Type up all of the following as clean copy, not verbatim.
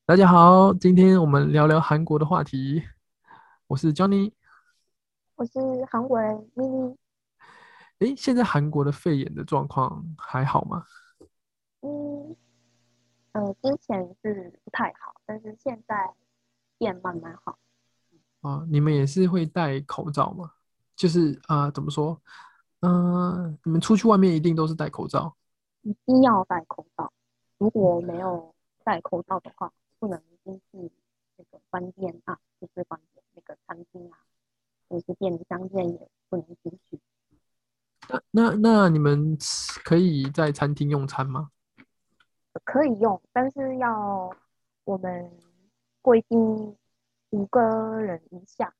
大家好，今天我们聊聊韩国的话题。我是 Johnny。 我是韩国人咪咪。 诶，现在韩国的肺炎的状况还好吗？ 嗯之前是不太好，但是现在变慢慢好。 啊，你们也是会戴口罩吗？就是怎么说？你们出去外面一定都是戴口罩。 一定要戴口罩。如果没有戴口罩的话，不能进去那个饭店啊，不是饭店，那个餐厅啊，或者是便利商店也不能进去。 那你们可以在餐厅用餐吗？ 可以用，但是要我们规定5个人以下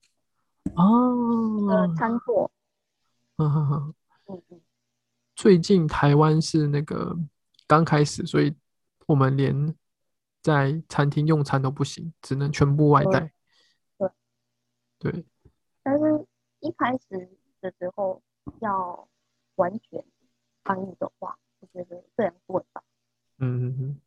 一个哦， 餐桌。 呵呵呵。 嗯嗯， 最近台湾是那个刚开始，所以我们连在餐厅用餐都不行，只能全部外对带。 对。 对。 但是一开始的时候要完全参与的话，我觉得这样做吧。 嗯嗯嗯。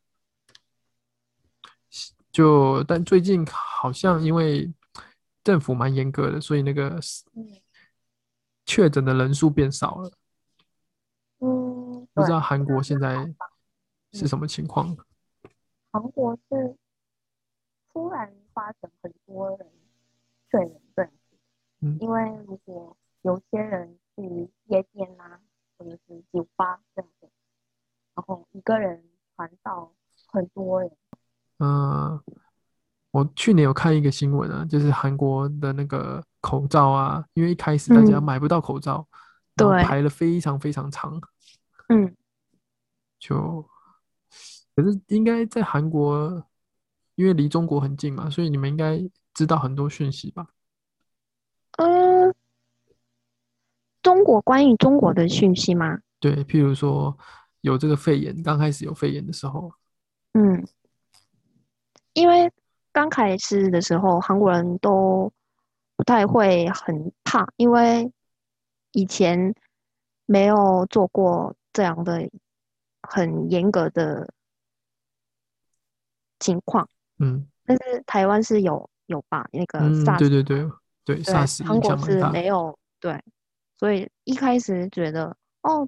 但最近好像因为政府蛮严格的，所以那个嗯确诊的人数变少了。 嗯，对， 不知道韩国现在是嗯， 什么情况？ 韩国是突然发生很多人确诊这样子， 嗯因为如果有些人去夜店啊，或者是酒吧这样子，然后一个人传到很多人。 呃，我去年有看一个新闻啊，就是韩国的那个口罩啊，因为一开始大家嗯， 买不到口罩，然后对， 排了非常非常长， 嗯就可是应该在韩国，因为离中国很近嘛，所以你们应该知道很多讯息吧？ 呃，中国关于中国的讯息吗？ 对，譬如说有这个肺炎，刚开始有肺炎的时候。 嗯。因为刚开始的时候，韩国人都不太会很怕，因为以前没有做过这样的很严格的情况。 嗯但是台湾是有把那个嗯，对 SARS 对嘛。 对对对， ，SARS 影韩国是响蛮大。 没有。对，所以一开始觉得哦，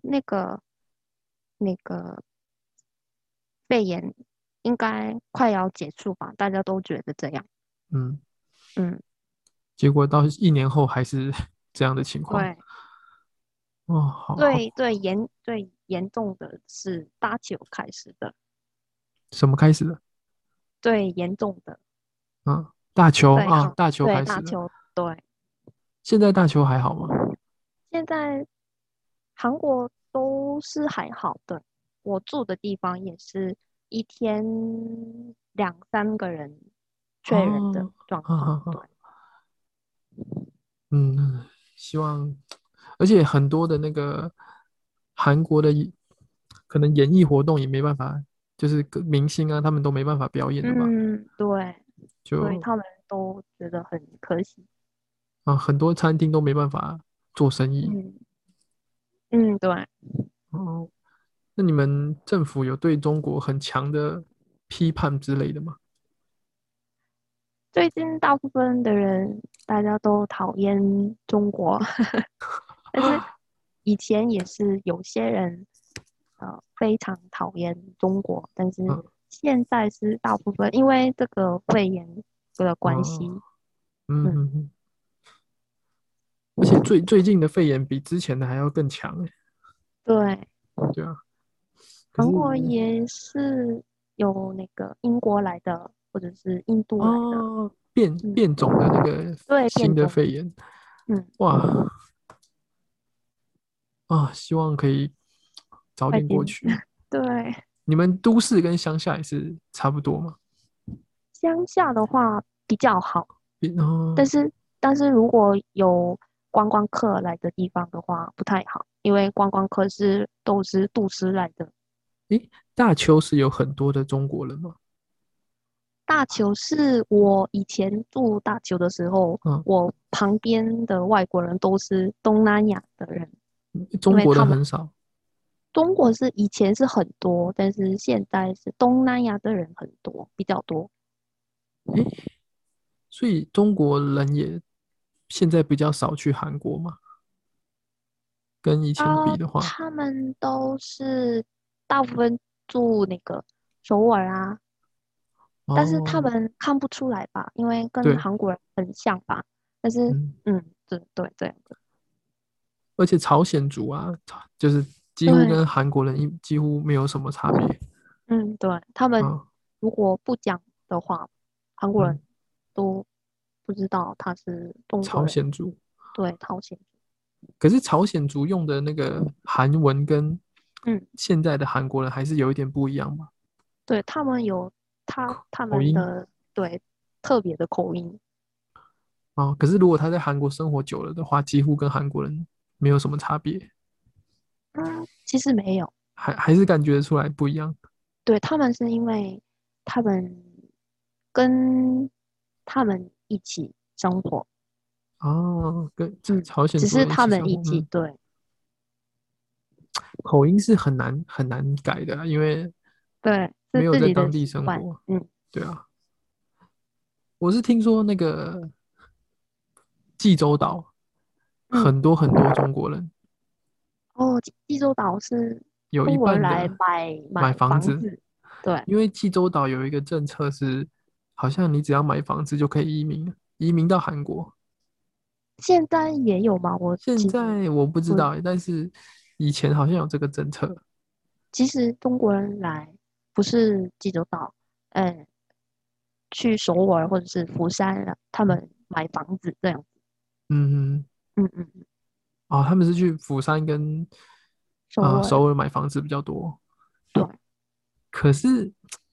那个肺炎应该快要结束吧，大家都觉得这样。 嗯， 嗯， 结果到1年后还是这样的情况。 对。 哦，好好。 最严重的是大球开始的。 什么开始了？ 最严重的嗯，大球啊， 在大球对开始了。 大球。对， 现在大球还好吗？ 现在韩国都是还好的，我住的地方也是一天2、3个人确认的哦， 状况。对， 好好好。嗯，希望，而且很多的那个韩国的可能演艺活动也没办法，就是明星啊，他们都没办法表演了嘛。 嗯，对，所以就他们都觉得很可惜。 很多餐厅都没办法做生意。 嗯嗯，对。 哦，那你们政府有对中国很强的批判之类的吗？ 最近大部分的人大家都讨厌中国。但是以前也是有些人非常讨厌中国，但是嗯现在是大部分因为这个肺炎的关嗯系。嗯， 嗯嗯嗯。而且最近的肺炎比之前的还要更强欸。 对， 对啊。可是韩国也是有那个英国来的或者是印度来的。 变嗯， 变种的那个对， 新变种。 的肺炎。 嗯， 哇希望可以早点过快点。 去。 对， 你们都市跟乡下也是差不多吗？ 乡下的话比较好。但哦。 是但是如果有观光客来的地方的话，不太好，因为观光客都是杜斯来的。 诶，大邱是有很多的中国人吗？ 大邱是我以前住大邱的时候， 嗯， 我旁边的外国人都是东南亚的人，因中国的为他们很少。 中国是以前是很多，但是现在是东南亚的人很多，比较多。 诶，所以中国人也现在比较少去韩国嘛，跟以前比的话， 他们都是大部分住那个首尔啊，但是他哦， 们看不出来吧，因为跟对， 韩国人很像吧。但是， 嗯， 对对，这样的。 而且朝鲜族啊，就是几乎对， 跟韩国人几乎没有什么差别对，他们啊， 如果不讲的话，韩国人嗯， 都不知道他是中国朝人。 鲜族。 对，朝鲜族。 可是朝鲜族用的那个韩文跟嗯， 现在的韩国人还是有一点不一样嘛， 对，他们有他口音们的对特别的口音。 啊。可是如果他在韩国生活久了的话，几乎跟韩国人没有什么差别， 其实没有。 还是感觉得出来不一样对，他们是因为他们跟他们一起生活。 哦。跟嗯， 朝鲜族只是他人一起生活， 们一起，对口音是很难改的啊因为对， 没是自己的有在当地习惯。 生活。对啊，我是听说那个济州岛嗯， 很多中国人， 哦，济州岛是有一中国人来半的买买房子， 房子。对， 因为济州岛有一个政策是，好像你只要买房子就可以移民了移民到韩国。 现在也有吗？我现其实在我不知不， 道欸，但是以前好像有这个政策。 其实中国人来不是济州岛，嗯，去首尔或者是釜山了，他们买房子这样子。 嗯， 嗯， 哦，他们是去釜山跟首尔。 首尔买房子比较多， 对可是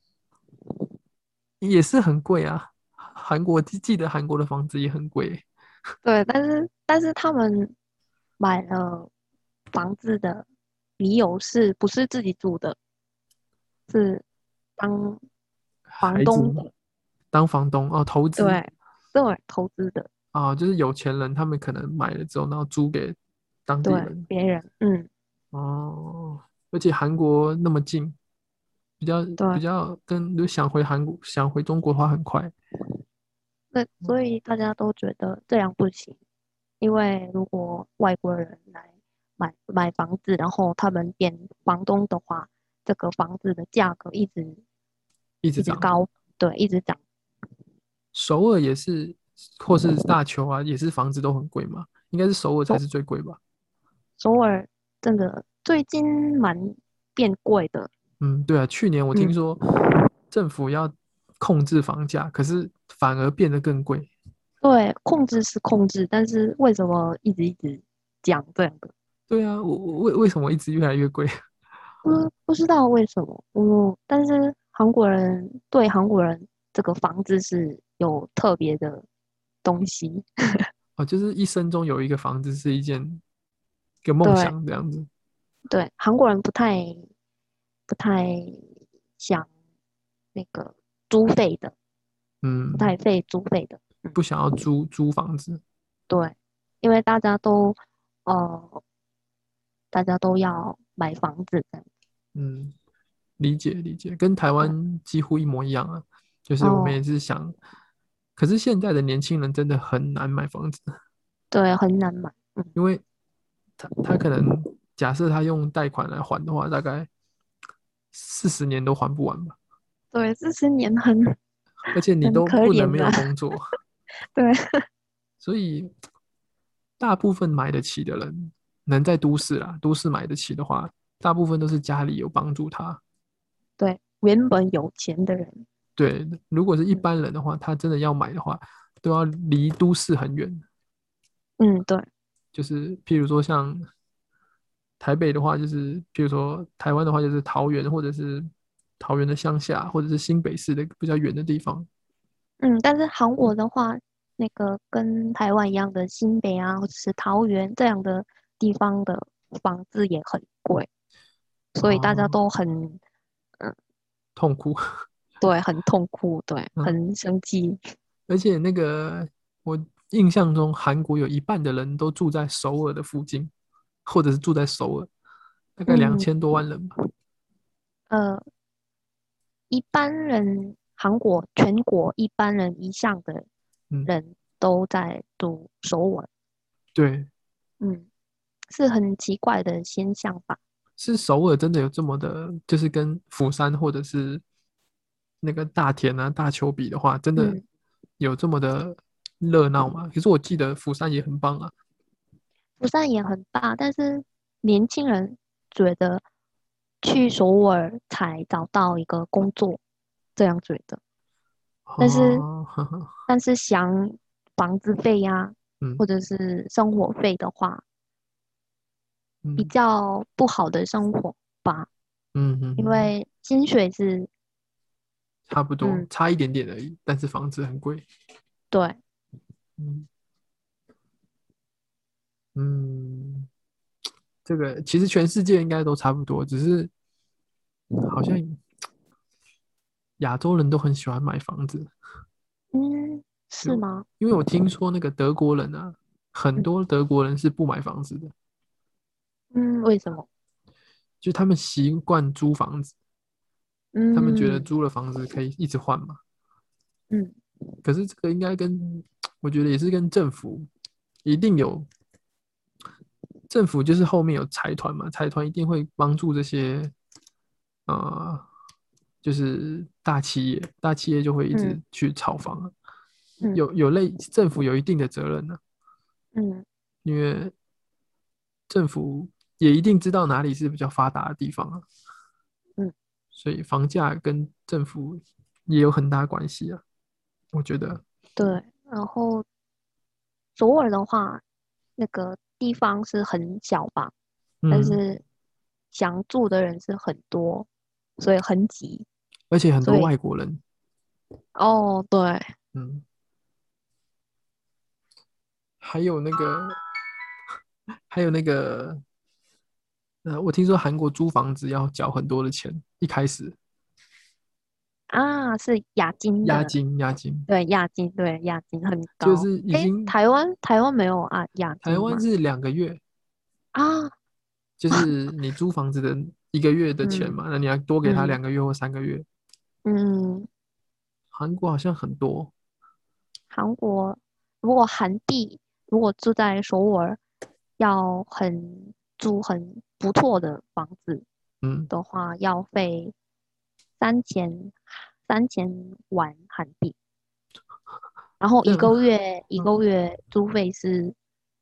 也是很贵啊。韩国记得韩国的房子也很贵欸。 对，但是他们买了房子的理由是不是自己住的？是当房孩子东的。 当房东哦，投资对对，投资的。 啊，就是有钱人他们可能买了之后，然后租给当地对人别人。 哦。而且韩国那么近，比对， 较跟就想回韩国想回中国的话很快。 那所以大家都觉得这样不行，因为如果外国人来买房子，然后他们变房东的话，这个房子的价格一直涨。 一直高。对，一直涨。 首尔也是，或是大邱啊，也是房子都很贵嘛，应该是首尔才首是最贵吧？ 首尔真的最近蛮变贵的。 嗯，对啊，去年我听嗯， 说政府要控制房价，可是反而变得更贵。 对，控制是控制，但是为什么一直讲这样的？ 对啊，为什么一直越来越贵？ 不知道为什么。但是韩国人这个房子是有特别的东西。 哦，就是一生中有一个房子是一个梦对想这样子。 对，韩国人不太想那个租费的，不嗯， 太费租费的。 不想要租房子。 对，因为呃大家都要买房子这样。 嗯，理解，跟台对， 湾几乎一模一样啊。就是我们哦， 也是想，可是现在的年轻人真的很难买房子， 对，很难买。 因为他可能假设他用贷款来还的话，大概40年都还不完吧。 对，40年而且你很都可怜的。 不能没有工作， 对所以大部分买得起的人，能在都市啦，都市买得起的话，大部分都是家里有帮助他。 对，原本有钱的人。 对，如果是一嗯般人的话，他真的要买的话，都要离都市很远。 对就是譬如说像台北的话，就是譬如说台湾的话，就是桃园或者是桃园的乡下，或者是新北市的比较远的地方。 但是韩国的话，那个跟台湾一样的新北啊，或者是桃园这样的地方的房子也很贵，所以大家哦， 都很痛苦。 对，很痛苦，对， 嗯， 很生气。 而且那个我印象中，韩国有一半的人都住在首尔的附近，或者是住在首尔。 大概两嗯， 千多万人吧。 呃，一般人韩国全国一般人以上的嗯， 人都在读首尔， 对， 嗯，是很奇怪的现象吧？ 是首尔真的有这么的，就是跟釜山或者是那个大田啊、大邱比的话，真的嗯， 有这么的热闹吗？可是我记得釜山也很棒啊。 釜山也很大，但是年轻人觉得去首尔才找到一个工作，这样觉得。但是哦，呵呵， 但是想房子费呀、 嗯或者是生活费的话，比嗯较不好的生活吧，因嗯嗯嗯， 为薪水是， 差不多， 嗯， 差一点点而已，但是房子很贵。 对， 嗯嗯，这个其实全世界应该都差不多，只是好像亚洲人都很喜欢买房子。 嗯，是就吗？ 因为我听说那个德国人啊，很嗯多德国人是不买房子的， 嗯，为什么？ 就他们习惯租房子，他们觉得嗯租了房子可以一直换嘛。 嗯可是这个应该跟我觉得也是跟政府一定有，政府就是后面有财团嘛，财团一定会帮助这些呃，就是大企业，大企业就会一嗯直去炒房啊， 嗯政府有一定的责任呢、 嗯因为政府也一定知道哪里是比较发达的地方啊， 嗯， 所以房价跟政府也有很大关系啊，我觉得。 对。然后首尔的话，那个地方是很小吧，但嗯， 是想住的人是很多，所以很挤。 而且很多所以外国人， 哦，对嗯，还有那个，还有那个，我听说韩国租房子要缴很多的钱，一开始啊，是押金的， 押金，押金对，押金，对，押金很高。 就是已诶， 经台湾没有啊，押金吗？ 台湾是2个月， 啊， 就是你租房子的1个月的钱嗯嘛，那你要多给他嗯 2个月或3个月。 嗯， 韩国好像很多， 韩国如果韩币如果住在首尔，要住很不错的房子嗯， 的话，要费3000万韩币，然后一这样， 个月一嗯， 个月租费是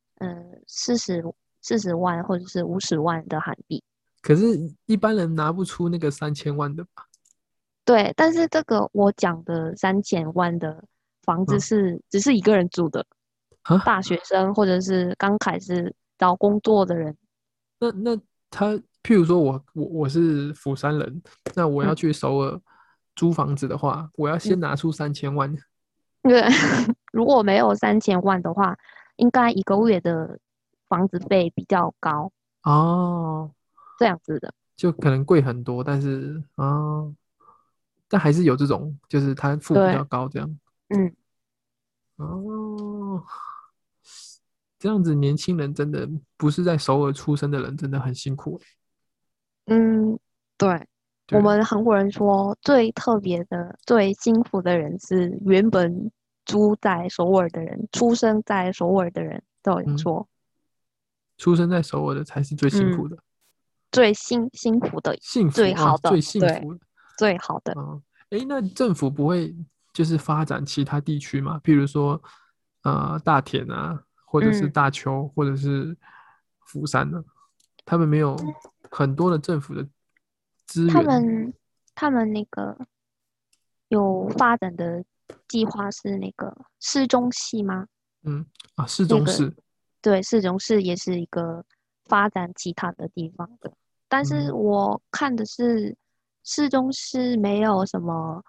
40万或者是50万的韩币。 可是一般人拿不出那个3000万的吧？ 对，但是这个我讲的3000万的房子嗯， 是只是一个人住的， 啊， 大学生或者是刚开始找工作的人。 那他，譬如说我是釜山人，那我要嗯去首尔租房子的话，我要先嗯， 拿出3000万。 对，如果没有3000万的话，应该一个月的房子费比较高， 哦， 这样子的。 就可能贵很多，但是但还是有这种，就是他付比对， 较高这样。 嗯哦，这样子年轻人真的不是在首尔出生的人，真的很辛苦欸。 嗯，对。我对， 们韩国人说最特别的、最辛苦的人是原本住在首尔的人，出生在首尔的人都有嗯， 说， 出生在首尔的才是最辛嗯， 苦的， 最辛苦的、 幸福啊， 最好的， 最幸对， 福的。 最好的。 嗯，诶，那政府不会就是发展其他地区吗？譬如说，大田啊，或者是嗯， 大邱，或者是釜山呢？他们没有很多的政府的资源， 他们他们那个有发展的计划是那个市中系吗？ 嗯，市那个中市， 对，市中市也是一个发展其他的地方的。但是嗯我看的是市中市没有什么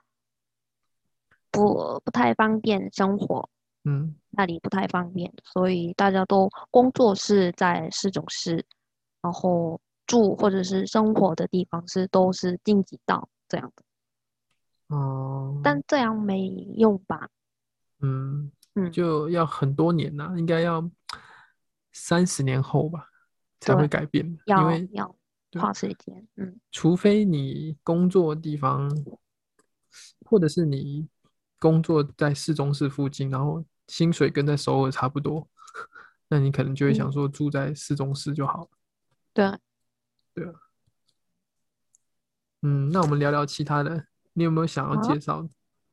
不太方便生活， 嗯， 那里不太方便，所以大家都工作是在市中市，然后住或者是生活的地方都是近几道这样的。 哦、 但这样没用吧？ 嗯， 嗯， 就要很多年呐、应该要30年后吧才会对， 改变，因为要要。 对， 花时间。 除非你工作的地方，或者是你工作在市中市附近，然后薪水跟在首尔差不多，那你可能就会想嗯， 说住在市中市就好了。 对， 对啊，嗯，那我们聊聊其他的，你有没有想要好， 介绍，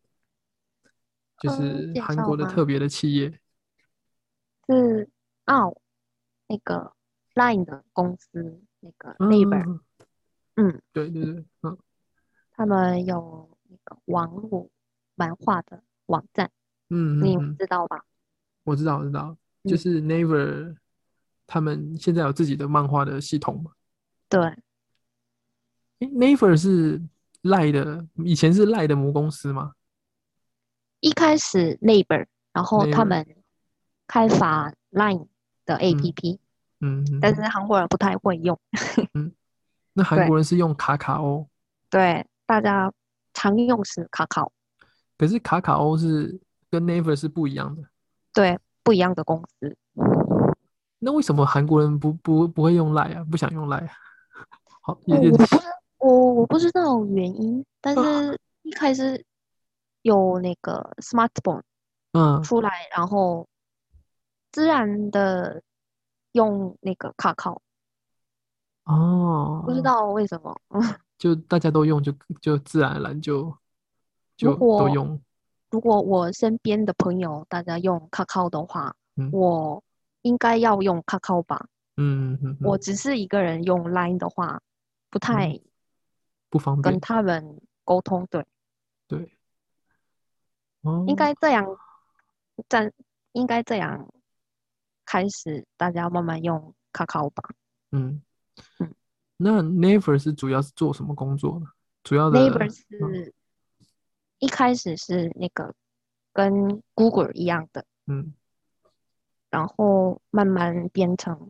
就是介韩绍吗？ 国的特别的企业？ 是澳那个 Line 的公司，那个 Naver， 嗯， 嗯， 对对对，嗯他们有那个网络漫画的网站，你应该嗯嗯嗯， 知道吧？ 我知道我知道，就嗯， 是 Naver 他们现在有自己的漫画的系统嘛？ 对， 诶 Naver 是赖的，以前是赖的母公司吗一开始 Naver，然后他 ？Naver， 们开发 Line 的嗯 APP，但是嗯嗯韩国人不太会用， 嗯，那韩对国人是用卡卡欧， 对，大家常用是卡卡， 可是卡卡欧是跟 Naver 是不一样的。 对，不一样的公司。 那为什么韩国人不会用赖啊？不想用赖啊？好，有我点我不知我不知道原因，但啊， 是一开始有那个 smartphone 嗯出来，然后自然的用那个卡卡，不知哦， 道为什么。 就大家都用就自然而然就都如果用， 如果我身边的朋友大家用卡卡的话， 嗯我应该要用卡卡吧。 嗯嗯嗯我只是一个人用 Line 的话，不嗯， 太跟不方便， 他们沟通。对， 对，哦， 应该这样，这应该这样开始，大家慢慢用卡卡吧。 嗯， 嗯那 Naver 是主要是做什么工作呢？主要 ，Neighbor 的，嗯是一开始是那个跟 Google 一样的， 嗯， 然后慢慢变成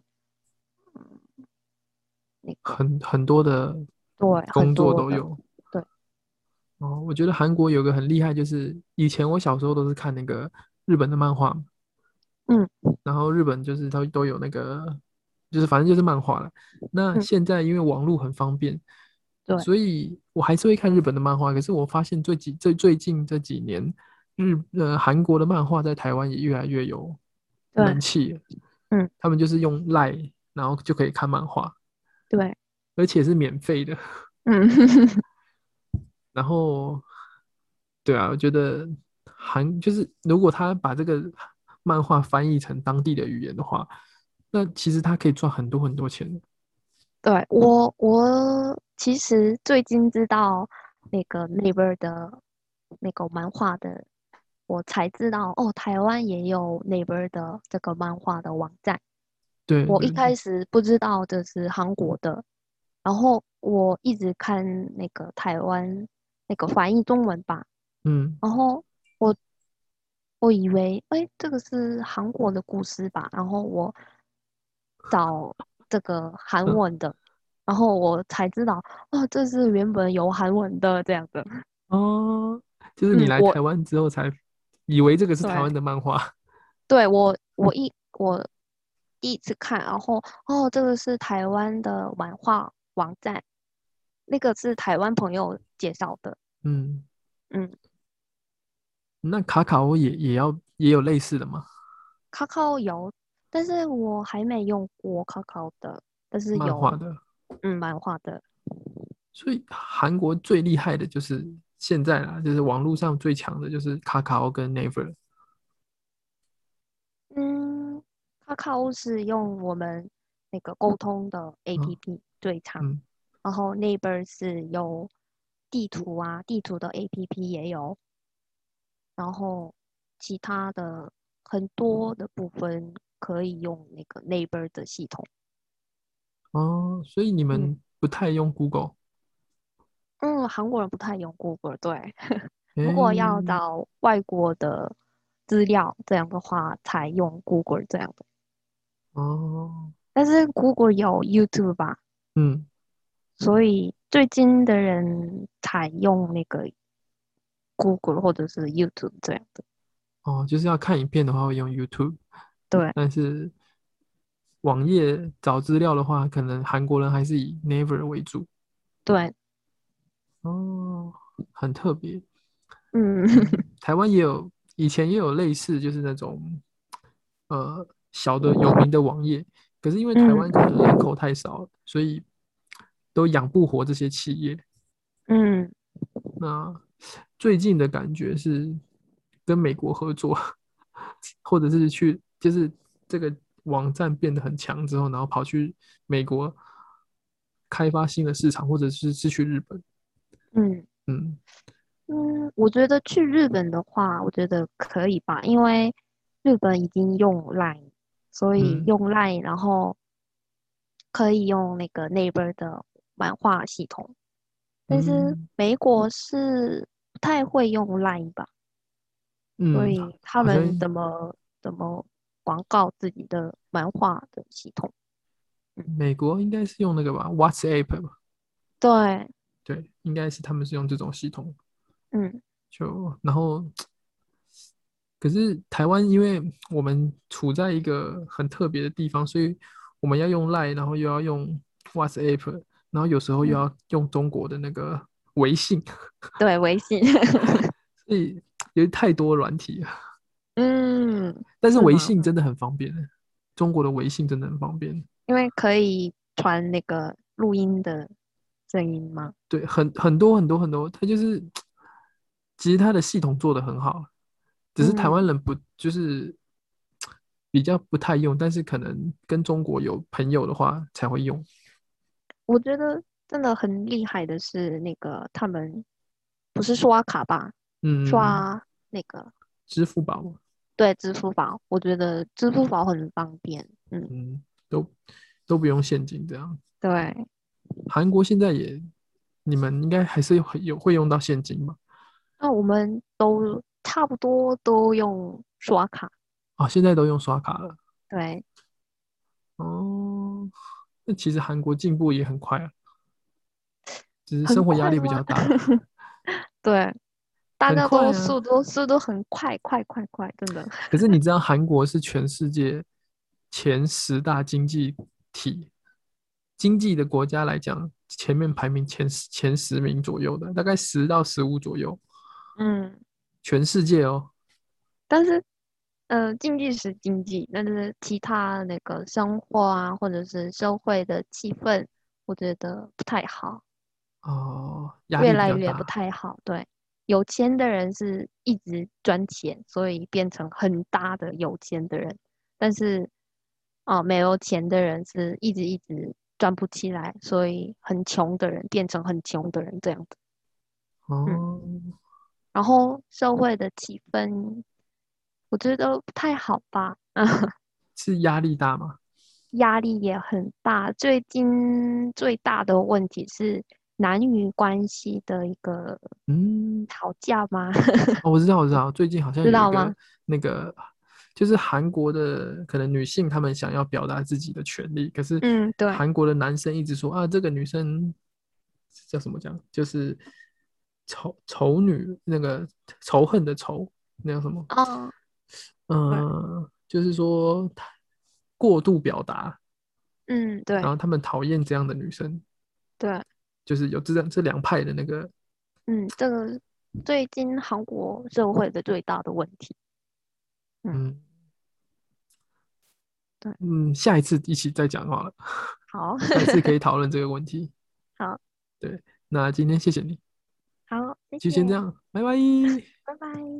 那个很多的对很工作多的都有。 对， 哦，我觉得韩国有个很厉害，就是以前我小时候都是看那个日本的漫画嘛， 嗯然后日本就是它都有那个，就是反正就是漫画了。那嗯现在因为网络很方便， 对所以我还是会看日本的漫画。可是我发现最近这几年，韩国的漫画在台湾也越来越有对人气了。 嗯他们就是用 Line，然后就可以看漫画， 对而且是免费的。 嗯然后对啊，我觉得就是如果他把这个漫画翻译成当地的语言的话，那其实他可以赚很多很多钱。 对，我其实最近知道那个 Neighbor 的那个漫画的，我才知道哦，台湾也有 Neighbor 的这个漫画的网站。我一对对对， 开始不知道这是韩国的，然后我一直看那个台湾那个翻译中文版， 嗯， 然后我我以为哎这个是韩国的故事吧，然后我找这个韩嗯文的，然后我才知道哦这是原本有韩文的这样的。 哦，就是你嗯，我来台湾之后才以为这个是台湾对的漫画。 对我第一次看，然后哦这个是台湾的漫画网站，那个是台湾朋友介绍的。 嗯， 嗯， 那卡卡欧也有类似的吗？ Kakao 有，但是我还没用过 Kakao 的，但是有漫画的， 漫画的。 所以韩国最厉害的就是现在啦，就是网络上最强的就是卡卡欧跟 Naver。 嗯，Kakao 是用我们那个沟通的嗯 APP 最常， 嗯然后 Neighbor 是有地图啊，地图的 APP 也有，然后其他的很多的部分可以用那个 Neighbor 的系统。 哦，所以你嗯们不太用 Google。 嗯，韩国人不太用 Google，对。如果要诶， 找外国的资料，这样的话才用 Google 这样的。 哦， 但是 Google 有 YouTube 吧， 嗯， 所以最近的人才用那个 Google 或者是 YouTube 这样的。 哦，就是要看影片的话会用 YouTube， 对， 但是网页找资料的话，可能韩国人还是以 Naver 为主。 对， 哦，很特别。 嗯嗯，台湾也有，以前也有类似，就是那种小的有名的网页，可是因为台湾可嗯能人口太少了，所以都养不活这些企业。 嗯， 那最近的感觉是跟美国合作，或者是去就是这个网站变得很强之后，然后跑去美国开发新的市场，或者是去日本。 嗯嗯嗯，我觉得去日本的话，我觉得可以吧，因为日本已经用 Line，所以嗯用 Line，然后可以用那个 Naver 的漫画系统。但是嗯美国是不太会用 Line 吧，所嗯， 以他好像们怎么广告自己的漫画的系统？嗯， 美国应该是用那个吧，WhatsApp 吧。 对， 对，应该是他们是用这种系统。 嗯然后可是台湾，因为我们处在一个很特别的地方，所以我们要用 Line，然后又要用 WhatsApp，然后有时候又嗯， 要用中国的那个微信， 对，微信， 所以有太多软体了。 嗯， 但是微是吗？ 信真的很方便，中国的微信真的很方便。 因为可以传那个录音的声音吗？ 对，很多，它就是其实它的系统做得很好，只是台湾嗯， 人不就是比较不太用，但是可能跟中国有朋友的话才会用。 我觉得真的很厉害的是那个他们不是刷卡吧， 嗯， 刷那个支付宝， 对支付宝，我觉得支付宝很方便。嗯， 嗯，都不用现金这样。 对， 韩国现在也，你们应该还是会用到现金吧？ 那我们都差不多都用刷卡。 啊，现在都用刷卡了。 对， 哦，那其实韩国进步也很快啊，只是很生活压力比快吗？ 较大。 对，大很家都快啊。 速度很快，快快快，真的。 可是你知道韩国是全世界前10大经济体，经济的国家来讲，前面排名前10名左右的，大概10到15左右， 嗯， 全世界哦。 但是经济是经济，但是其他那个生活啊，或者是社会的气氛，我觉得不太好， 哦，压越力比来越不较大。 太好。对，有钱的人是一直赚钱，所以变成很大的有钱的人，但是没有钱的人是一直赚不起来，所以很穷的人变成很穷的人这样子。嗯， 哦， 然后社会的气氛，我觉得不太好吧。 是压力大吗？ 压力也很大。最近最大的问题是男女关系的一个嗯， 吵架吗？ 哦，我知道，我知道，最近好像有一个知道吗？ 那个，就是韩国的可能女性她们想要表达自己的权利，可是嗯，对， 韩国的男生一直说啊，这个女生叫什么讲，就是丑女那个仇恨的仇，那叫什么？ 哦，对， 就是说她过度表达， 嗯，对， 然后他们讨厌这样的女生， 对， 就是有这两派的那个。 嗯，这个最近韩国社会的最大的问题。嗯， 嗯对， 嗯，下一次一起再讲好了， 好， 下一次可以讨论这个问题。 好， 对，那今天谢谢你， 好，谢谢， 就先这样，拜拜。 拜拜。